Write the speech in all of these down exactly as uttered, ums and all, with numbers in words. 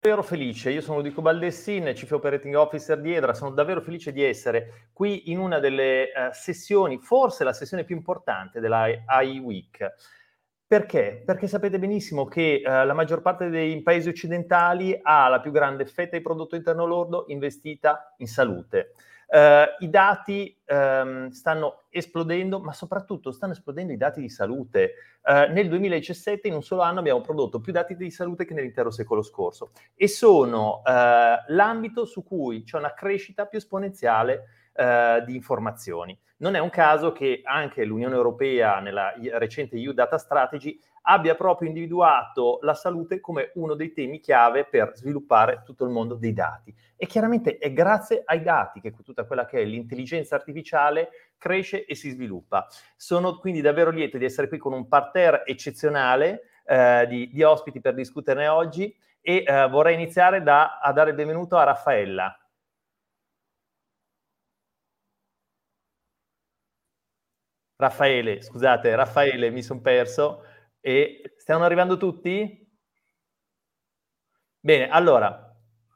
davvero felice, io sono Ludovico Baldessin, Chief Operating Officer di Edra, sono davvero felice di essere qui in una delle uh, sessioni, forse la sessione più importante della A I Week. Perché? Perché sapete benissimo che uh, la maggior parte dei paesi occidentali ha la più grande fetta di prodotto interno lordo investita in salute. Uh, I dati um, stanno esplodendo, ma soprattutto stanno esplodendo i dati di salute. Uh, nel duemiladiciassette, in un solo anno, abbiamo prodotto più dati di salute che nell'intero secolo scorso e sono uh, l'ambito su cui c'è una crescita più esponenziale uh, di informazioni. Non è un caso che anche l'Unione Europea, nella recente E U Data Strategy, abbia proprio individuato la salute come uno dei temi chiave per sviluppare tutto il mondo dei dati. E chiaramente è grazie ai dati che tutta quella che è l'intelligenza artificiale cresce e si sviluppa. Sono quindi davvero lieto di essere qui con un parterre eccezionale eh, di, di ospiti per discuterne oggi e eh, vorrei iniziare da, a dare il benvenuto a Raffaella. Raffaele, scusate, Raffaele, mi sono perso. E stanno arrivando tutti? Bene, allora.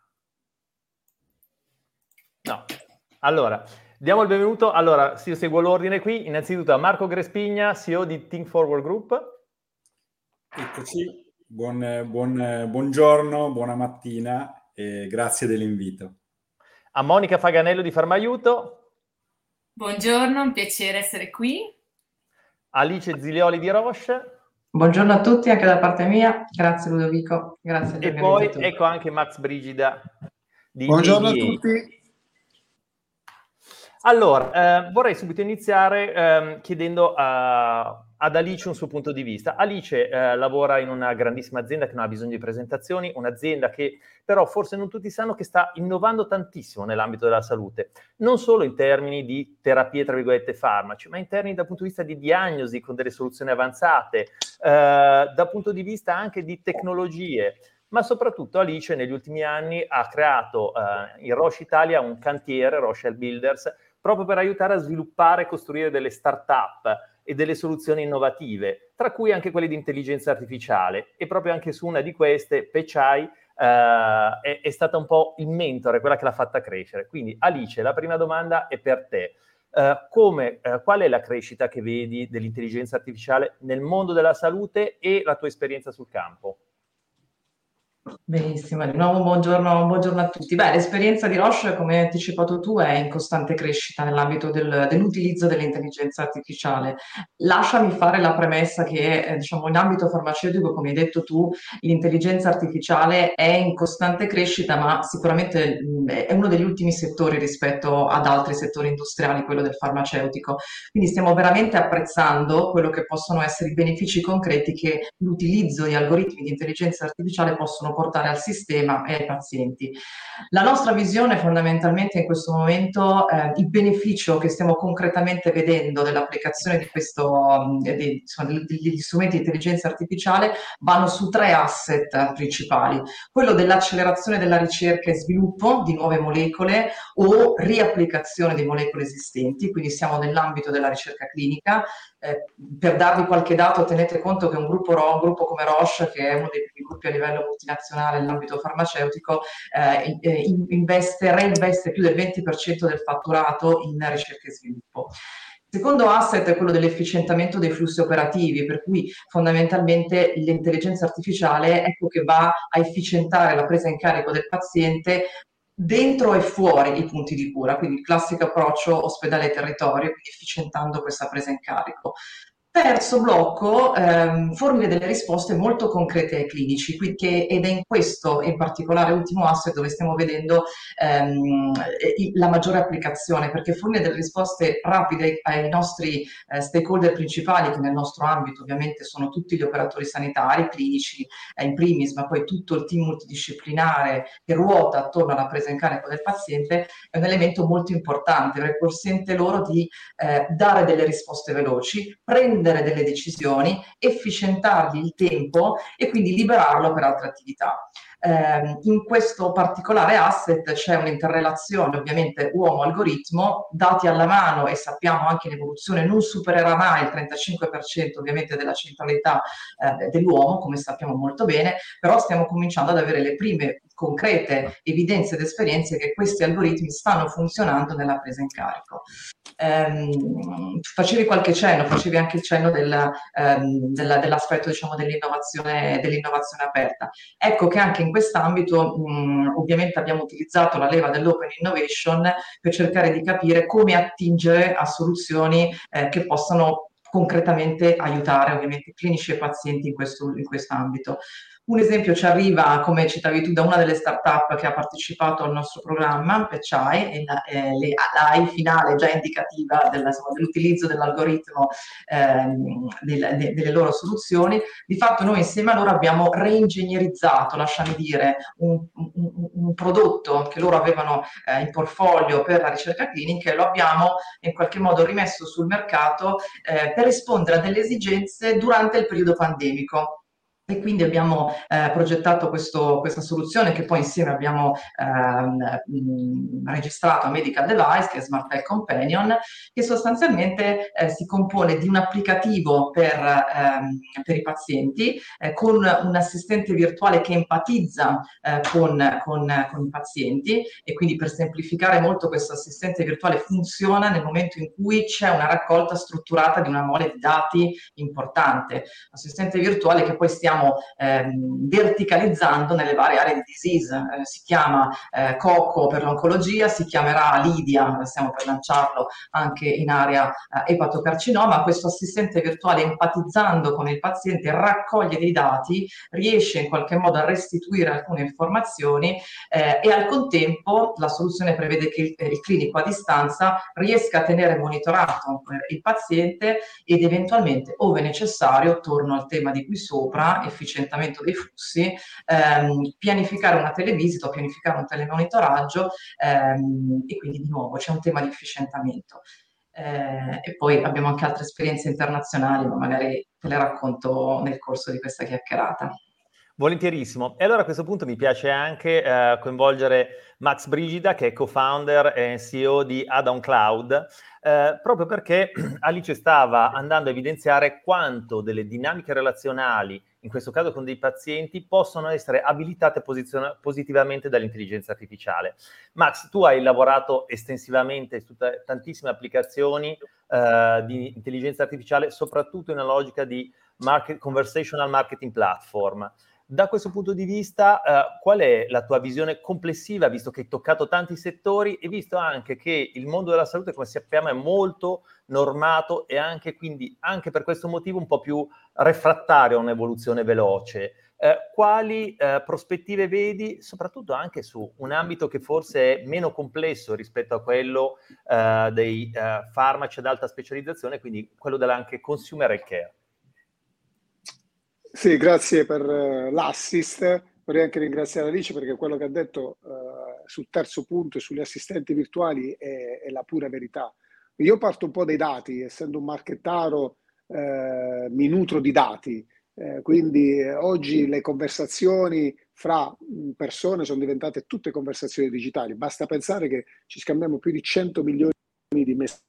No, allora, diamo il benvenuto. Allora, se io seguo l'ordine qui, innanzitutto a Marco Grespigna, C E O di Think Forward Group. Eccoci, buon, buon, buongiorno, buona mattina e grazie dell'invito. A Monica Faganello di Farmaiuto. Buongiorno, un piacere essere qui. Alice Zilioli di Roche. Buongiorno a tutti, anche da parte mia. Grazie Ludovico, grazie agli E poi ecco anche Max Brigida di Buongiorno A D A. a tutti. Allora, eh, vorrei subito iniziare eh, chiedendo a, ad Alice un suo punto di vista. Alice eh, lavora in una grandissima azienda che non ha bisogno di presentazioni, un'azienda che però forse non tutti sanno che sta innovando tantissimo nell'ambito della salute, non solo in termini di terapie, tra virgolette, farmaci, ma in termini dal punto di vista di diagnosi con delle soluzioni avanzate, eh, dal punto di vista anche di tecnologie. Ma soprattutto Alice negli ultimi anni ha creato eh, in Roche Italia un cantiere, Roche Health Builders, proprio per aiutare a sviluppare e costruire delle start-up e delle soluzioni innovative, tra cui anche quelle di intelligenza artificiale. E proprio anche su una di queste, Pechai, eh, è, è stata un po' il mentore, quella che l'ha fatta crescere. Quindi Alice, la prima domanda è per te. Uh, come, uh, qual è la crescita che vedi dell'intelligenza artificiale nel mondo della salute e la tua esperienza sul campo? Benissimo, di nuovo buongiorno, buongiorno a tutti. Beh, l'esperienza di Roche, come hai anticipato tu, è in costante crescita nell'ambito del, dell'utilizzo dell'intelligenza artificiale. Lasciami fare la premessa che, eh, diciamo, in ambito farmaceutico, come hai detto tu, l'intelligenza artificiale è in costante crescita, ma sicuramente mh, è uno degli ultimi settori rispetto ad altri settori industriali, quello del farmaceutico. Quindi stiamo veramente apprezzando quello che possono essere i benefici concreti che l'utilizzo di algoritmi di intelligenza artificiale possono portare al sistema e ai pazienti. La nostra visione fondamentalmente in questo momento, eh, il beneficio che stiamo concretamente vedendo dell'applicazione di questo, di, insomma, degli strumenti di intelligenza artificiale vanno su tre asset principali: quello dell'accelerazione della ricerca e sviluppo di nuove molecole o riapplicazione di molecole esistenti, quindi siamo nell'ambito della ricerca clinica. Eh, per darvi qualche dato, tenete conto che un gruppo, un gruppo come Roche, che è uno dei primi gruppi a livello multinazionale nell'ambito farmaceutico, eh, investe, reinveste più del venti per cento del fatturato in ricerca e sviluppo. Il secondo asset è quello dell'efficientamento dei flussi operativi, per cui fondamentalmente l'intelligenza artificiale ecco che va a efficientare la presa in carico del paziente dentro e fuori i punti di cura, quindi il classico approccio ospedale-territorio, quindi efficientando questa presa in carico. Terzo blocco, ehm, fornire delle risposte molto concrete ai clinici, che, ed è in questo in particolare ultimo asset dove stiamo vedendo ehm, la maggiore applicazione, perché fornire delle risposte rapide ai nostri eh, stakeholder principali, che nel nostro ambito ovviamente sono tutti gli operatori sanitari, clinici eh, in primis, ma poi tutto il team multidisciplinare che ruota attorno alla presa in carico del paziente, è un elemento molto importante perché consente loro di eh, dare delle risposte veloci, prendere delle decisioni, efficientargli il tempo e quindi liberarlo per altre attività. Eh, in questo particolare asset c'è un'interrelazione ovviamente uomo-algoritmo, dati alla mano, e sappiamo anche in evoluzione non supererà mai il trentacinque per cento ovviamente della centralità eh, dell'uomo, come sappiamo molto bene, però stiamo cominciando ad avere le prime concrete evidenze ed esperienze che questi algoritmi stanno funzionando nella presa in carico. Ehm, facevi qualche cenno, facevi anche il cenno del, ehm, della, dell'aspetto diciamo, dell'innovazione, dell'innovazione aperta. Ecco che anche in quest'ambito mh, ovviamente abbiamo utilizzato la leva dell'open innovation per cercare di capire come attingere a soluzioni eh, che possano concretamente aiutare ovviamente clinici e pazienti in questo in quest'ambito. Un esempio ci arriva, come citavi tu, da una delle start-up che ha partecipato al nostro programma, Pecciai, e la, eh, le, la A I finale già indicativa della, insomma, dell'utilizzo dell'algoritmo ehm, del, de, delle loro soluzioni. Di fatto noi insieme a loro abbiamo reingegnerizzato, lasciami dire, un, un, un prodotto che loro avevano eh, in portfolio per la ricerca clinica e lo abbiamo in qualche modo rimesso sul mercato eh, per rispondere a delle esigenze durante il periodo pandemico. E quindi abbiamo eh, progettato questo, questa soluzione che poi insieme abbiamo ehm, mh, registrato a Medical Device, che è Smart Health Companion, che sostanzialmente eh, si compone di un applicativo per, ehm, per i pazienti eh, con un assistente virtuale che empatizza eh, con, con, con i pazienti, e quindi per semplificare molto questo assistente virtuale funziona nel momento in cui c'è una raccolta strutturata di una mole di dati importante. Assistente virtuale che poi stiamo Ehm, verticalizzando nelle varie aree di disease. Eh, si chiama eh, Coco per l'oncologia, si chiamerà Lydia, stiamo per lanciarlo anche in area eh, epatocarcinoma. Questo assistente virtuale, empatizzando con il paziente, raccoglie dei dati, riesce in qualche modo a restituire alcune informazioni eh, e al contempo la soluzione prevede che il, il clinico a distanza riesca a tenere monitorato eh, il paziente ed eventualmente, ove necessario, torno al tema di qui sopra, efficientamento dei flussi, ehm, pianificare una televisita o pianificare un telemonitoraggio ehm, e quindi di nuovo c'è un tema di efficientamento. Eh, e poi abbiamo anche altre esperienze internazionali, ma magari te le racconto nel corso di questa chiacchierata. Volentierissimo. E allora a questo punto mi piace anche eh, coinvolgere Max Brigida, che è co-founder e C E O di Add On Cloud, eh, proprio perché Alice stava andando a evidenziare quanto delle dinamiche relazionali, in questo caso con dei pazienti, possono essere abilitate posizion- positivamente dall'intelligenza artificiale. Max, tu hai lavorato estensivamente su t- tantissime applicazioni eh, di intelligenza artificiale, soprattutto in una logica di market, conversational marketing platform. Da questo punto di vista, eh, qual è la tua visione complessiva, visto che hai toccato tanti settori e visto anche che il mondo della salute, come sappiamo, è molto normato e anche quindi anche per questo motivo un po' più refrattario a un'evoluzione veloce? Eh, quali eh, prospettive vedi, soprattutto anche su un ambito che forse è meno complesso rispetto a quello eh, dei eh, farmaci ad alta specializzazione, quindi quello dell'anche consumer care? Sì, grazie per uh, l'assist. Vorrei anche ringraziare Alice perché quello che ha detto uh, sul terzo punto e sugli assistenti virtuali è, è la pura verità. Io parto un po' dai dati, essendo un marchettaro uh, mi nutro di dati, uh, quindi eh, oggi le conversazioni fra persone sono diventate tutte conversazioni digitali. Basta pensare che ci scambiamo più di cento milioni di messaggi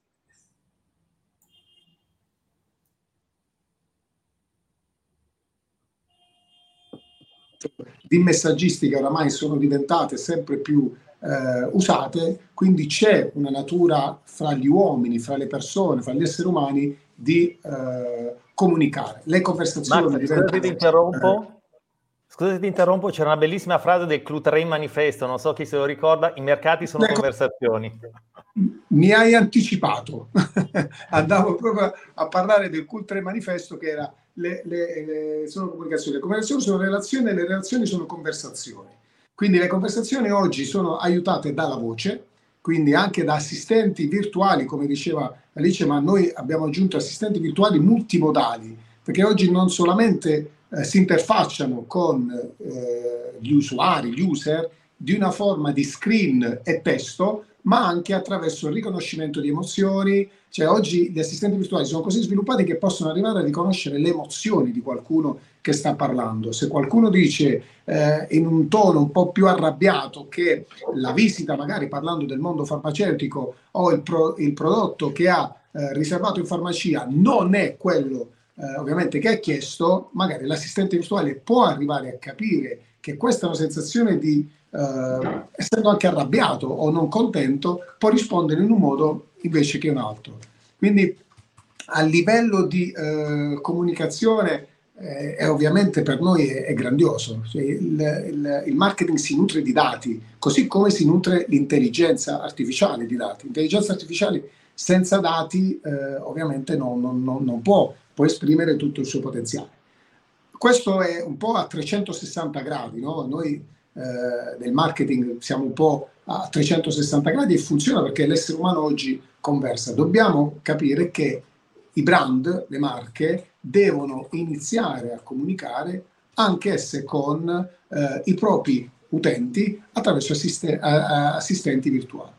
di messaggistica oramai sono diventate sempre più eh, usate, quindi c'è una natura fra gli uomini, fra le persone, fra gli esseri umani di eh, comunicare. Le conversazioni Max, diventano... Scusa se ti interrompo. Eh, Scusa se ti interrompo, c'era una bellissima frase del Clutrain Manifesto, non so chi se lo ricorda, i mercati sono ecco, conversazioni. Mi hai anticipato, andavo proprio a parlare del Clutrain Manifesto che era le, le, le, sono comunicazioni, le conversazioni sono relazioni e le relazioni sono conversazioni. Quindi le conversazioni oggi sono aiutate dalla voce, quindi anche da assistenti virtuali, come diceva Alice, ma noi abbiamo aggiunto assistenti virtuali multimodali, perché oggi non solamente eh, si interfacciano con eh, gli usuari, gli user, di una forma di screen e testo, ma anche attraverso il riconoscimento di emozioni. Cioè oggi gli assistenti virtuali sono così sviluppati che possono arrivare a riconoscere le emozioni di qualcuno che sta parlando. Se qualcuno dice eh, in un tono un po' più arrabbiato che la visita, magari parlando del mondo farmaceutico, o il, pro, il prodotto che ha eh, riservato in farmacia non è quello eh, ovviamente che è chiesto, magari l'assistente virtuale può arrivare a capire che questa è una sensazione di eh, essendo anche arrabbiato o non contento, può rispondere in un modo invece che un altro. Quindi a livello di eh, comunicazione eh, è ovviamente per noi è, è grandioso. Cioè, il, il, il marketing si nutre di dati, così come si nutre l'intelligenza artificiale di dati. L'intelligenza artificiale senza dati eh, ovviamente non, non, non, non può, può esprimere tutto il suo potenziale. Questo è un po' a trecentosessanta gradi, no? Noi eh, nel marketing siamo un po' a trecentosessanta gradi e funziona perché l'essere umano oggi conversa. Dobbiamo capire che i brand, le marche, devono iniziare a comunicare anche esse con eh, i propri utenti attraverso assiste- assistenti virtuali.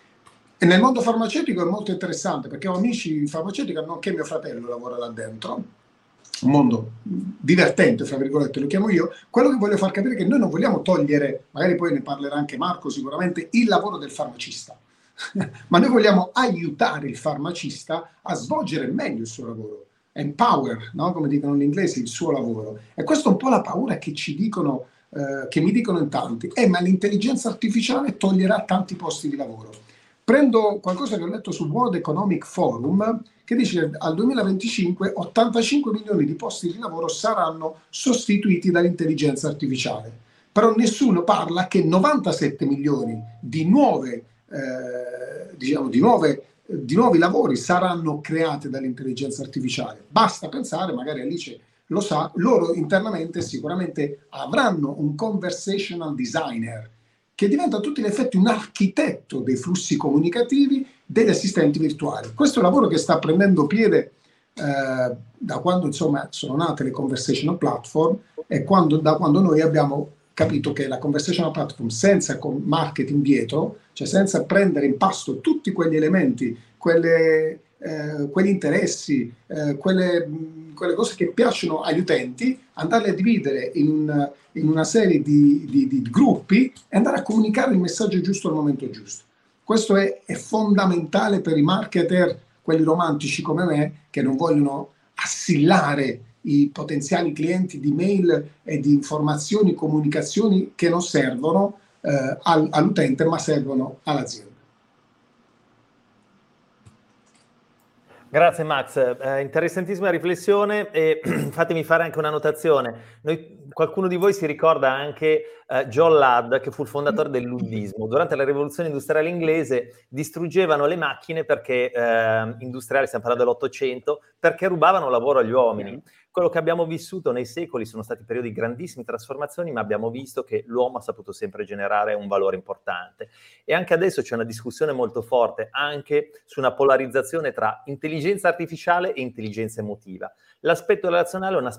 E nel mondo farmaceutico è molto interessante perché ho amici farmaceutici, nonché mio fratello lavora là dentro, un mondo divertente, fra virgolette, lo chiamo io. Quello che voglio far capire è che noi non vogliamo togliere, magari poi ne parlerà anche Marco sicuramente, il lavoro del farmacista, ma noi vogliamo aiutare il farmacista a svolgere meglio il suo lavoro, empower, no? Come dicono gli inglesi, il suo lavoro. E questa è un po' la paura che ci dicono, eh, che mi dicono in tanti, eh, ma l'intelligenza artificiale toglierà tanti posti di lavoro. Prendo qualcosa che ho letto sul World Economic Forum che dice che al duemilaventicinque ottantacinque milioni di posti di lavoro saranno sostituiti dall'intelligenza artificiale. Però nessuno parla che novantasette milioni di nuove, eh, diciamo, di nuove, di nuovi lavori saranno creati dall'intelligenza artificiale. Basta pensare, magari Alice lo sa, loro internamente sicuramente avranno un conversational designer che diventa a tutti gli effetti un architetto dei flussi comunicativi degli assistenti virtuali. Questo è un lavoro che sta prendendo piede eh, da quando insomma sono nate le conversational platform e quando, da quando noi abbiamo capito che la conversational platform senza marketing dietro, cioè senza prendere in pasto tutti quegli elementi, quelle, eh, quegli interessi, eh, quelle, mh, quelle cose che piacciono agli utenti, andarle a dividere in, un, in una serie di, di, di gruppi e andare a comunicare il messaggio giusto al momento giusto. Questo è, è fondamentale per i marketer, quelli romantici come me, che non vogliono assillare i potenziali clienti di mail e di informazioni, comunicazioni che non servono eh, al, all'utente ma servono all'azienda. Grazie Max, eh, interessantissima riflessione e fatemi fare anche una notazione. Noi, qualcuno di voi si ricorda anche eh, John Ladd, che fu il fondatore del luddismo. Durante la rivoluzione industriale inglese distruggevano le macchine perché eh, industriali, stiamo parlando dell'Ottocento, perché rubavano lavoro agli uomini. Quello che abbiamo vissuto nei secoli sono stati periodi di grandissime trasformazioni, ma abbiamo visto che l'uomo ha saputo sempre generare un valore importante. E anche adesso c'è una discussione molto forte anche su una polarizzazione tra intelligenza artificiale e intelligenza emotiva. L'aspetto relazionale è un aspetto